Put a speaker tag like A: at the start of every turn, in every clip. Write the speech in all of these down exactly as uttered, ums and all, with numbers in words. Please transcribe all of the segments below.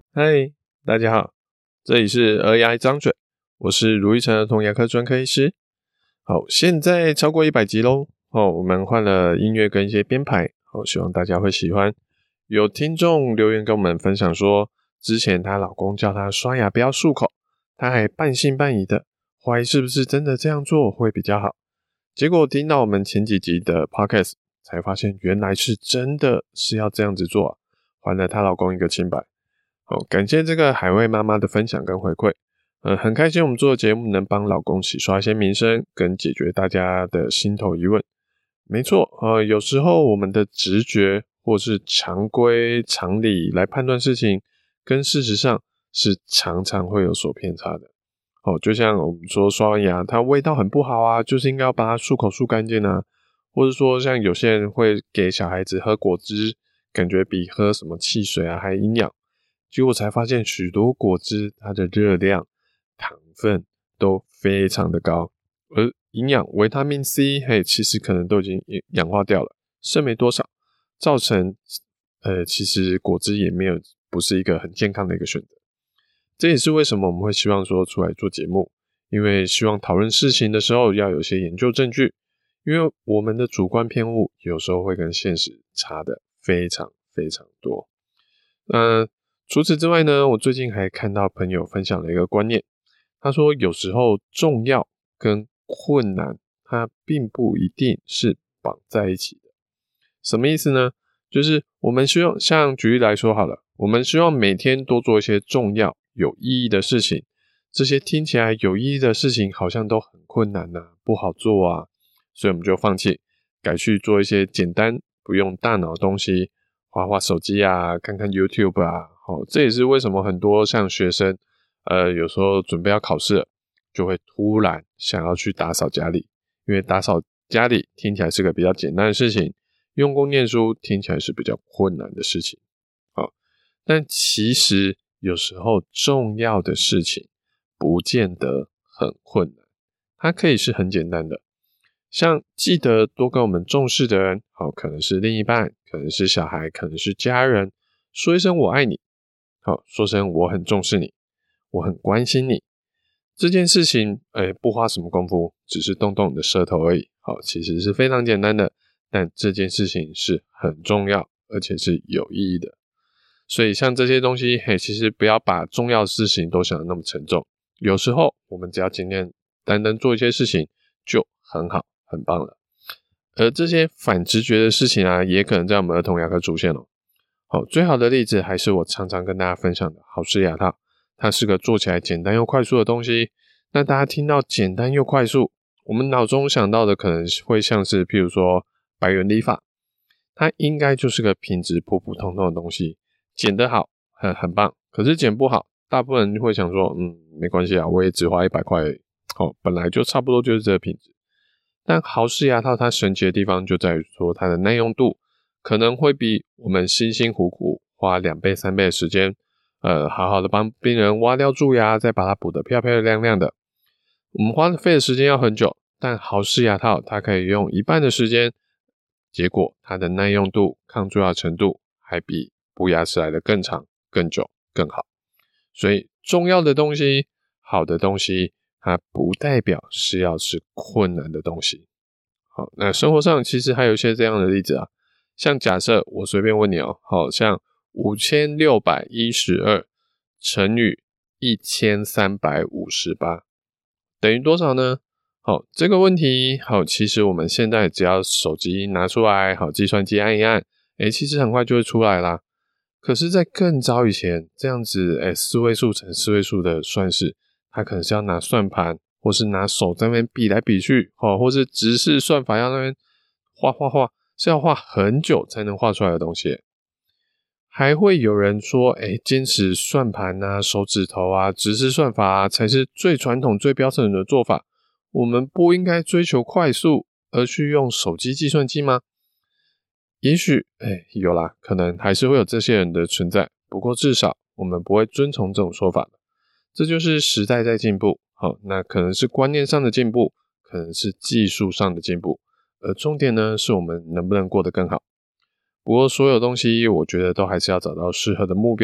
A: 嗨，大家好，这里是儿牙一张嘴，我是卢玉成儿童牙科专科医师。好，现在超过一百集咯哦，我们换了音乐跟一些编排，好，希望大家会喜欢。有听众留言跟我们分享说，之前她老公叫她刷牙不要漱口，她还半信半疑的，怀疑是不是真的这样做会比较好。结果听到我们前几集的 podcast， 才发现原来是真的是要这样子做啊，还了她老公一个清白。好，感谢这个海外妈妈的分享跟回馈，呃，很开心我们做的节目能帮老公洗刷一些民生，跟解决大家的心头疑问。没错，呃，有时候我们的直觉或是常规常理来判断事情，跟事实上是常常会有所偏差的。哦，就像我们说刷完牙，它味道很不好啊，就是应该要把它漱口漱干净啊，或者说像有些人会给小孩子喝果汁，感觉比喝什么汽水啊还营养。结果才发现许多果汁它的热量、糖分都非常的高，而营养维他命 C 嘿，其实可能都已经氧化掉了，剩没多少，造成呃其实果汁也没有不是一个很健康的一个选择。这也是为什么我们会希望说出来做节目，因为希望讨论事情的时候要有些研究证据，因为我们的主观偏误有时候会跟现实差的非常非常多。那除此之外呢，我最近还看到朋友分享了一个观念，他说有时候重要跟困难它并不一定是绑在一起的。什么意思呢？就是我们希望，像举例来说好了，我们希望每天多做一些重要有意义的事情，这些听起来有意义的事情好像都很困难啊，不好做啊，所以我们就放弃，改去做一些简单不用大脑的东西，滑滑手机啊，看看 YouTube 啊，哦，这也是为什么很多像学生，呃，有时候准备要考试了，就会突然想要去打扫家里，因为打扫家里听起来是个比较简单的事情，用功念书听起来是比较困难的事情。好，但其实有时候重要的事情不见得很困难，它可以是很简单的。像记得多跟我们重视的人，好，可能是另一半，可能是小孩，可能是家人，说一声我爱你，好，说声我很重视你，我很关心你。这件事情，诶，不花什么功夫，只是动动你的舌头而已，好，其实是非常简单的，但这件事情是很重要，而且是有意义的。所以像这些东西，嘿，其实不要把重要的事情都想得那么沉重，有时候我们只要简简单单做一些事情就很好很棒了。而这些反直觉的事情啊，也可能在我们儿童牙科出现哦。好，最好的例子还是我常常跟大家分享的好事牙套，它是个做起来简单又快速的东西。那大家听到简单又快速，我们脑中想到的可能会像是譬如说百元理发，它应该就是个品质普普通通的东西，剪得好很很棒，可是剪不好，大部分人会想说嗯，没关系啊，我也只花一百块而已，哦，本来就差不多就是这个品质。但豪氏牙套它神奇的地方就在于说它的耐用度可能会比我们辛辛苦苦花两倍三倍的时间，呃，好好的帮病人挖掉蛀牙，再把它补得漂漂亮亮的，我们花费的时间要很久，但豪氏牙套它可以用一半的时间，结果它的耐用度、抗蛀牙程度还比补牙齿来的更长、更久、更好。所以重要的东西、好的东西，它不代表是要是困难的东西。好，那生活上其实还有一些这样的例子啊，像假设我随便问你哦，好像五千六百一十二乘以一千三百五十八等于多少呢？好，这个问题，好，其实我们现在只要手机拿出来，好，计算机按一按，诶，其实很快就会出来啦。可是在更早以前，这样子，诶，四位数乘四位数的算式，它可能是要拿算盘，或是拿手在那边比来比去，哦，或是直式算法要那边画画画，是要画很久才能画出来的东西。还会有人说，诶，坚持算盘啊、手指头啊、直式算法啊，才是最传统、最标准的做法。我们不应该追求快速，而去用手机计算机吗？也许，诶，有啦，可能还是会有这些人的存在。不过至少我们不会遵从这种说法的。这就是时代在进步，好，那可能是观念上的进步，可能是技术上的进步，而重点呢，是我们能不能过得更好。不过所有东西我觉得都还是要找到适合的目标，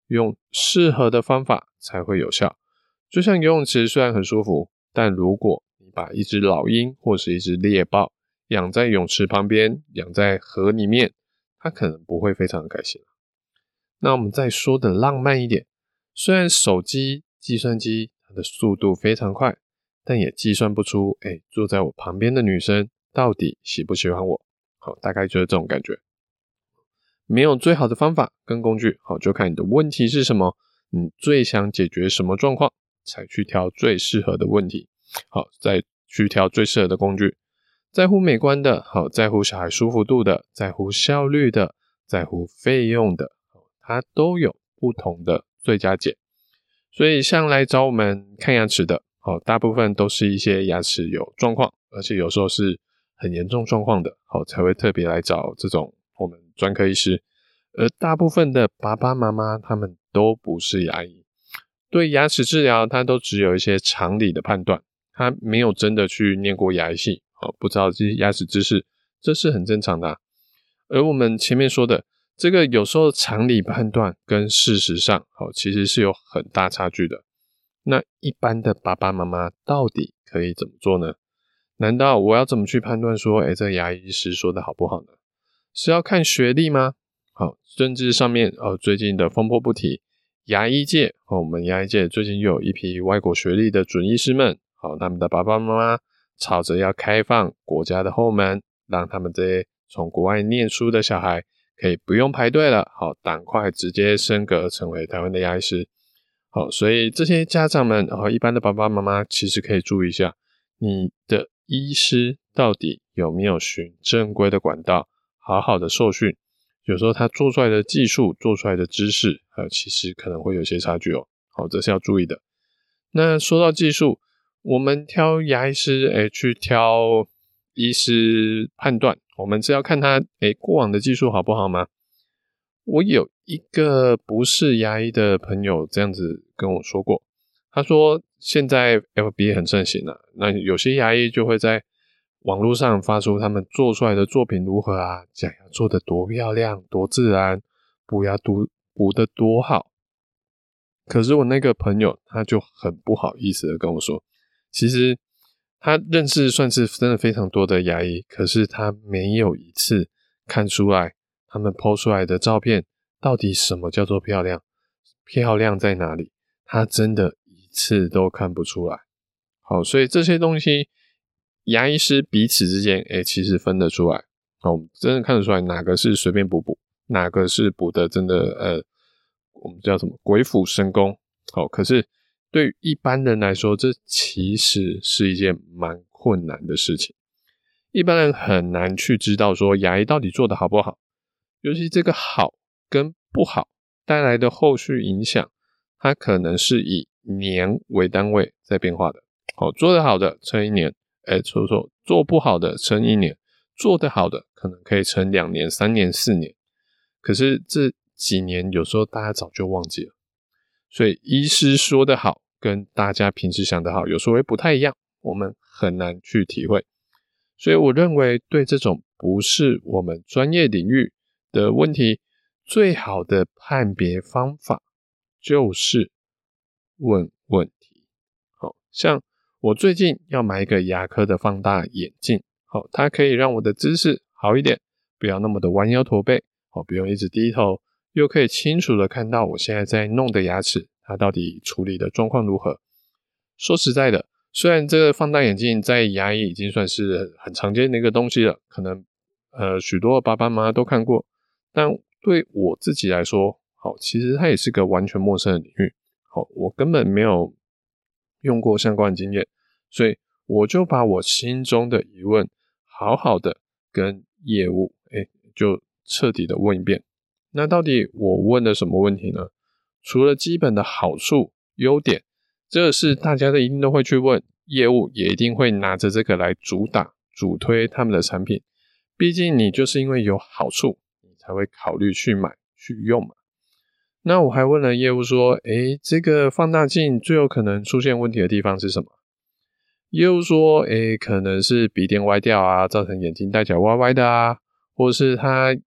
A: 用适合的方法才会有效。就像游泳池虽然很舒服，但如果你把一只老鹰或是一只猎豹养在泳池旁边，养在河里面，它可能不会非常的开心。那我们再说的浪漫一点，虽然手机、计算机它的速度非常快，但也计算不出诶坐在我旁边的女生到底喜不喜欢我。好，大概就是这种感觉。没有最好的方法跟工具，好，就看你的问题是什么，你最想解决什么状况，才去挑最适合的问题，好，再去挑最适合的工具。在乎美观的，好，在乎小孩舒服度的，在乎效率的，在乎费用的，它都有不同的最佳解。所以像来找我们看牙齿的，好，大部分都是一些牙齿有状况，而且有时候是很严重状况的，好，才会特别来找这种我们专科医师。而大部分的爸爸妈妈他们都不是牙医，对牙齿治疗他都只有一些常理的判断，他没有真的去念过牙医系，不知道这些牙齿知识，这是很正常的啊。而我们前面说的这个有时候常理判断跟事实上其实是有很大差距的。那一般的爸爸妈妈到底可以怎么做呢？难道我要怎么去判断说诶这个牙医师说的好不好呢？是要看学历吗？好，政治上面呃最近的风波不提，牙医界哦，我们牙医界最近又有一批外国学历的准医师们，好，他们的爸爸妈妈吵着要开放国家的后门，让他们这些从国外念书的小孩可以不用排队了，好，赶快直接升格成为台湾的牙医师。好，所以这些家长们和一般的爸爸妈妈其实可以注意一下，你的医师到底有没有循正规的管道好好的受训，有时候他做出来的技术做出来的知识呃，其实可能会有些差距哦，好，这是要注意的。那说到技术，我们挑牙医师诶去挑医师判断，我们是要看他诶过往的技术好不好吗？我有一个不是牙医的朋友这样子跟我说过，他说现在 F B 很盛行啊，那有些牙医就会在网络上发出他们做出来的作品如何啊，假牙做得多漂亮多自然，补牙补补得多好。可是我那个朋友他就很不好意思的跟我说，其实他认识算是真的非常多的牙医，可是他没有一次看出来他们 po 出来的照片到底什么叫做漂亮，漂亮在哪里，他真的一次都看不出来。好，所以这些东西牙医师彼此之间诶其实分得出来，好，我们真的看得出来哪个是随便补补，哪个是补的真的呃我们叫什么鬼斧神工。好，可是对于一般人来说，这其实是一件蛮困难的事情。一般人很难去知道说牙医到底做得好不好，尤其这个好跟不好带来的后续影响，它可能是以年为单位在变化的。好，做得好的撑一年，诶错错，做不好的撑一年，做得好的可能可以撑两年、三年、四年。可是这几年有时候大家早就忘记了，所以医师说的好跟大家平时想的好有时候会不太一样，我们很难去体会。所以我认为对这种不是我们专业领域的问题，最好的判别方法就是问问题。好，像我最近要买一个牙科的放大眼镜，好，它可以让我的姿势好一点，不要那么的弯腰驼背，好，不用一直低头，又可以清楚的看到我现在在弄的牙齿它到底处理的状况如何。说实在的，虽然这个放大眼镜在牙医已经算是很常见的一个东西了，可能呃许多爸爸妈妈都看过，但对我自己来说，好，其实它也是个完全陌生的领域。好，我根本没有用过相关的经验，所以我就把我心中的疑问好好的跟业务诶就彻底的问一遍。那到底我问了什么问题呢？除了基本的好处优点，这是大家都一定都会去问，业务也一定会拿着这个来主打主推他们的产品，毕竟你就是因为有好处你才会考虑去买去用嘛。那我还问了业务说，诶这个放大镜最有可能出现问题的地方是什么？业务说，诶可能是鼻垫歪掉啊，造成眼睛戴起来歪歪的啊，或是它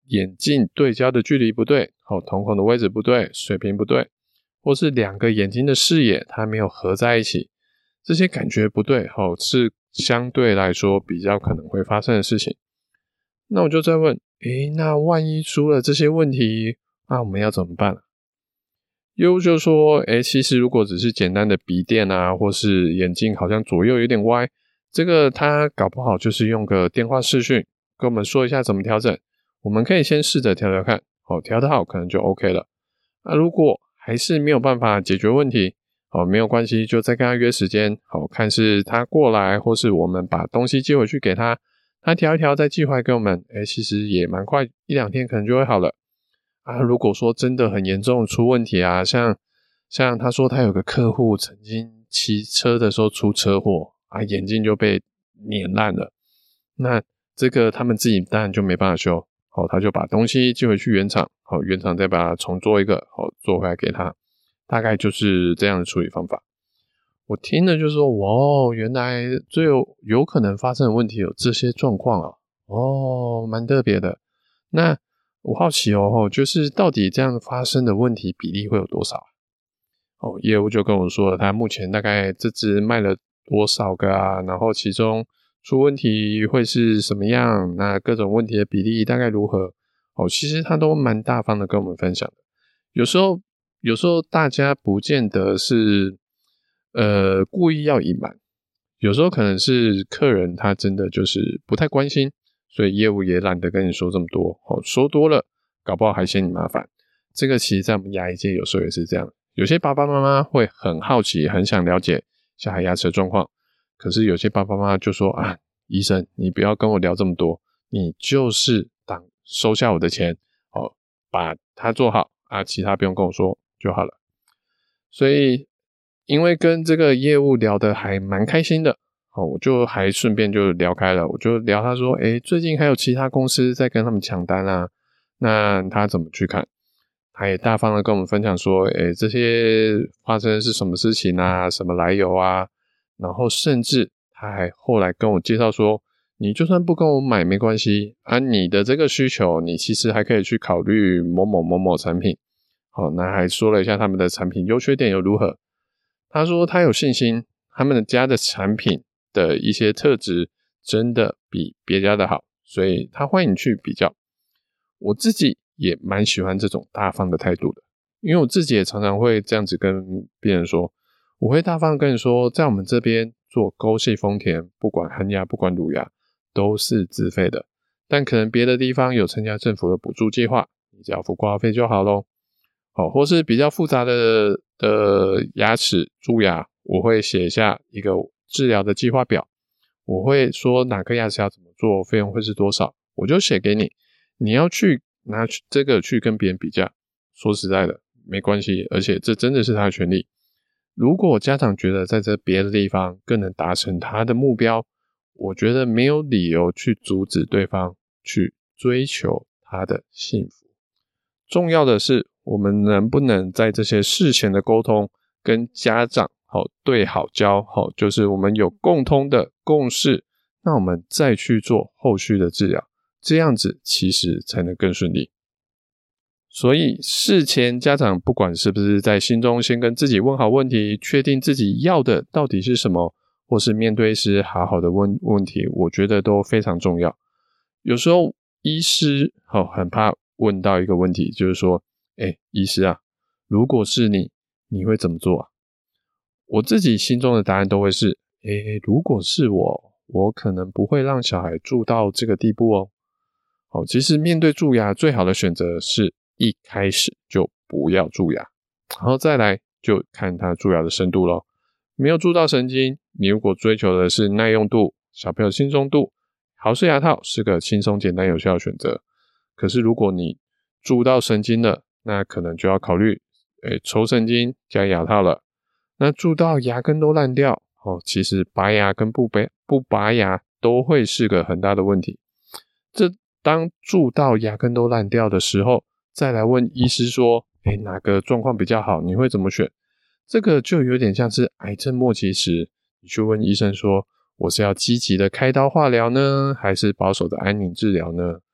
A: 眼镜对焦的距离不对，哦，瞳孔的位置不对，水平不对，或是两个眼睛的视野它没有合在一起，这些感觉不对，哦，是相对来说比较可能会发生的事情。那我就再问，诶，那万一出了这些问题，那我们要怎么办？业务就说，诶，其实如果只是简单的鼻垫啊，或是眼镜好像左右有点歪，这个他搞不好就是用个电话视讯跟我们说一下怎么调整，我们可以先试着调调看，哦，调得好可能就 OK 了。那如果还是没有办法解决问题，哦，没有关系，就再跟他约时间，好，看是他过来，或是我们把东西寄回去给他，他调一调再寄回来给我们，诶，其实也蛮快，一两天可能就会好了。啊，如果说真的很严重出问题啊，像像他说他有个客户曾经骑车的时候出车祸啊，眼镜就被碾烂了，那这个他们自己当然就没办法修，好，他就把东西寄回去原厂，好，原厂再把它重做一个，好，做回来给他，大概就是这样的处理方法。我听了就说，哇，原来最有有可能发生的问题有这些状况啊，哦，蛮特别的。那我好奇哦，就是到底这样发生的问题比例会有多少啊？哦，业务就跟我说了，他目前大概这支卖了多少个啊，然后其中出问题会是什么样，那各种问题的比例大概如何，哦，其实他都蛮大方的跟我们分享的。有时候有时候大家不见得是呃故意要隐瞒，有时候可能是客人他真的就是不太关心，所以业务也懒得跟你说这么多，哦，说多了搞不好还嫌你麻烦。这个其实在我们牙医界有时候也是这样，有些爸爸妈妈会很好奇，很想了解小孩牙齿的状况，可是有些爸爸妈妈就说啊，医生你不要跟我聊这么多，你就是当收下我的钱，哦，把它做好啊，其他不用跟我说就好了。所以因为跟这个业务聊得还蛮开心的，哦，我就还顺便就聊开了，我就聊他说，诶，最近还有其他公司在跟他们抢单啊，那他怎么去看？他也大方的跟我们分享说，诶，这些发生的是什么事情啊，什么来由啊，然后甚至他还后来跟我介绍说，你就算不跟我买没关系啊，你的这个需求你其实还可以去考虑某某某某产品。好，那还说了一下他们的产品优缺点又如何。他说他有信心他们家的产品的一些特质真的比别家的好，所以他欢迎去比较。我自己也蛮喜欢这种大方的态度的，因为我自己也常常会这样子跟别人说，我会大方跟你说，在我们这边做沟系丰田，不管恒牙不管乳牙都是自费的，但可能别的地方有参加政府的补助计划，你只要付挂号费就好咯。好，或是比较复杂的的牙齿蛀牙，我会写下一个治疗的计划表，我会说哪颗牙齿要怎么做，费用会是多少，我就写给你，你要去拿这个去跟别人比价，说实在的没关系，而且这真的是他的权利。如果家长觉得在这别的地方更能达成他的目标，我觉得没有理由去阻止对方去追求他的幸福。重要的是我们能不能在这些事前的沟通跟家长好对好焦，好，就是我们有共通的共识，那我们再去做后续的治疗，这样子其实才能更顺利。所以事前家长不管是不是在心中先跟自己问好问题，确定自己要的到底是什么，或是面对时好好的问问题，我觉得都非常重要。有时候医师好很怕问到一个问题，就是说，诶，医师啊，如果是你，你会怎么做啊？我自己心中的答案都会是，诶，如果是我，我可能不会让小孩蛀到这个地步哦。好，其实面对蛀牙最好的选择是一开始就不要蛀牙，然后再来就看它蛀牙的深度咯。没有蛀到神经，你如果追求的是耐用度、小朋友轻松度，豪氏牙套是个轻松简单有效的选择。可是如果你蛀到神经了，那可能就要考虑诶抽神经加牙套了。那蛀到牙根都烂掉，哦，其实拔牙跟不拔不拔牙都会是个很大的问题。这当蛀到牙根都烂掉的时候，再来问医师说，诶，哪个状况比较好，你会怎么选？这个就有点像是癌症末期时，你去问医生说，我是要积极的开刀化疗呢，还是保守的安宁治疗呢？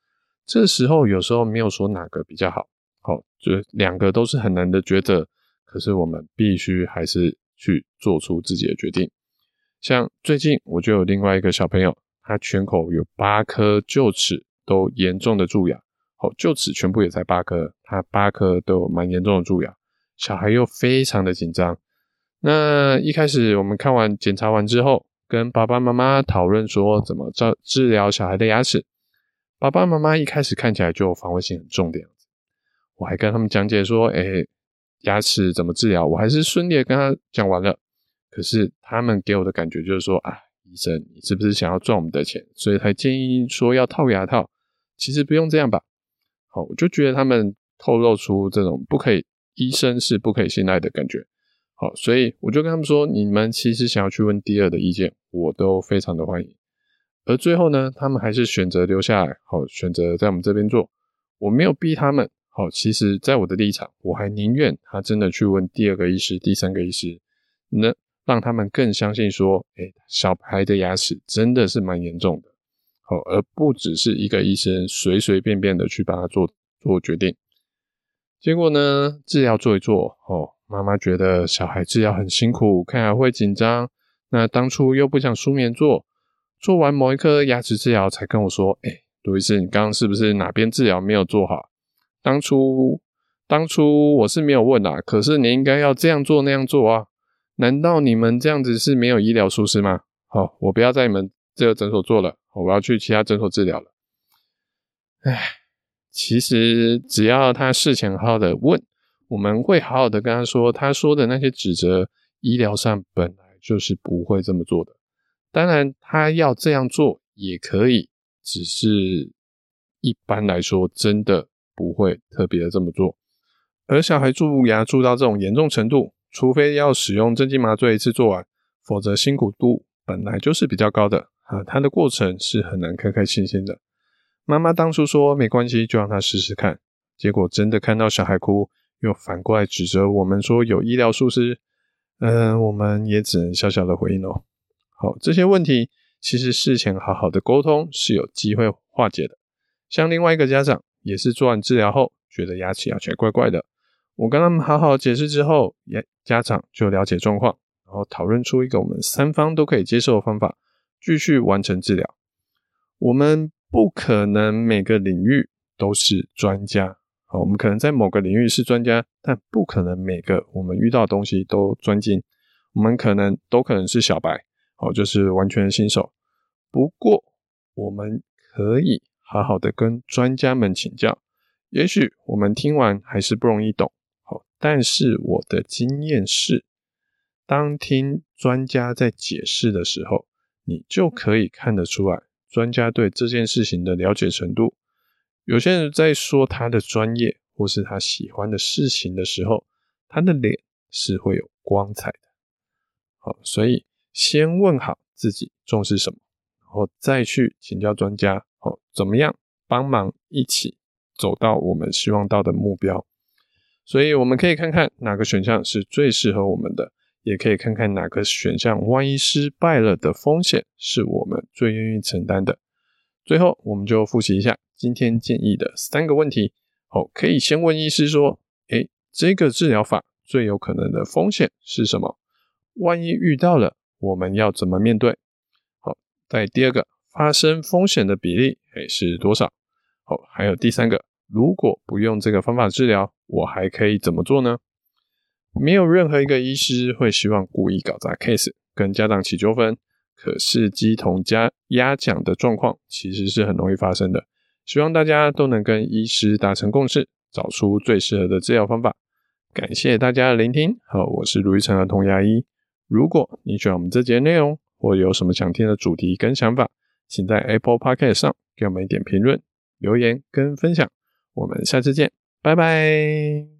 A: 这时候有时候没有说哪个比较好，好，就是两个都是很难的抉择，可是我们必须还是去做出自己的决定。像最近我就有另外一个小朋友，他全口有八颗臼齿都严重的蛀牙，好，臼齿全部也才八颗，他八颗都有蛮严重的蛀牙，小孩又非常的紧张。那一开始我们看完检查完之后，跟爸爸妈妈讨论说怎么治疗小孩的牙齿。爸爸妈妈一开始看起来就防卫性很重的样子，我还跟他们讲解说，诶，牙齿怎么治疗，我还是顺利的跟他讲完了。可是他们给我的感觉就是说，啊，医生，你是不是想要赚我们的钱，所以才建议说要套牙套？其实不用这样吧。好，我就觉得他们透露出这种不可以，医生是不可以信赖的感觉。好，所以我就跟他们说，你们其实想要去问第二的意见，我都非常的欢迎。而最后呢，他们还是选择留下来，好，选择在我们这边做。我没有逼他们，好，其实在我的立场，我还宁愿他真的去问第二个医师、第三个医师，那让他们更相信说，诶，小孩的牙齿真的是蛮严重的，好，而不只是一个医生随随便便的去帮他做做决定。结果呢，治疗做一做，哦，妈妈觉得小孩治疗很辛苦，看起来会紧张，那当初又不想舒眠做，做完某一颗牙齿治疗才跟我说，诶，卢医师，你刚刚是不是哪边治疗没有做好？当初当初我是没有问啦，可是你应该要这样做那样做啊，难道你们这样子是没有医疗疏失吗？好，我不要在你们这个诊所做了，我要去其他诊所治疗了。唉，其实只要他事前好好的问，我们会好好的跟他说，他说的那些指责，医疗上本来就是不会这么做的。当然他要这样做也可以，只是一般来说真的不会特别的这么做。而小孩蛀牙蛀到这种严重程度，除非要使用镇静麻醉一次做完，否则辛苦度本来就是比较高的，啊，它的过程是很难开开心心的。妈妈当初说没关系，就让他试试看，结果真的看到小孩哭，又反过来指责我们说有医疗疏失，嗯，我们也只能小小的回应咯。好，这些问题其实事前好好的沟通是有机会化解的。像另外一个家长也是做完治疗后觉得牙齿咬起来怪怪的，我跟他们好好解释之后，家长就了解状况，然后讨论出一个我们三方都可以接受的方法，继续完成治疗。我们不可能每个领域都是专家，好，我们可能在某个领域是专家，但不可能每个我们遇到的东西都专精，我们可能都可能是小白，好，就是完全新手。不过我们可以好好的跟专家们请教，也许我们听完还是不容易懂，好，但是我的经验是，当听专家在解释的时候，你就可以看得出来专家对这件事情的了解程度。有些人在说他的专业或是他喜欢的事情的时候，他的脸是会有光彩的。好，所以先问好自己重视什么，然后再去请教专家，好，怎么样帮忙一起走到我们希望到的目标。所以我们可以看看哪个选项是最适合我们的，也可以看看哪个选项万一失败了的风险是我们最愿意承担的。最后我们就复习一下今天建议的三个问题。好，可以先问医师说，诶，这个治疗法最有可能的风险是什么？万一遇到了，我们要怎么面对？好，再第二个，发生风险的比例诶是多少？好，还有第三个，如果不用这个方法治疗，我还可以怎么做呢？没有任何一个医师会希望故意搞砸 case 跟家长起纠纷，可是鸡同鸭鸭讲的状况其实是很容易发生的。希望大家都能跟医师达成共识，找出最适合的治疗方法。感谢大家的聆听，好，我是卢玉成儿童牙医。如果你喜欢我们这节内容，或有什么想听的主题跟想法，请在 Apple Podcast 上给我们一点评论、留言跟分享。我们下次见，拜拜。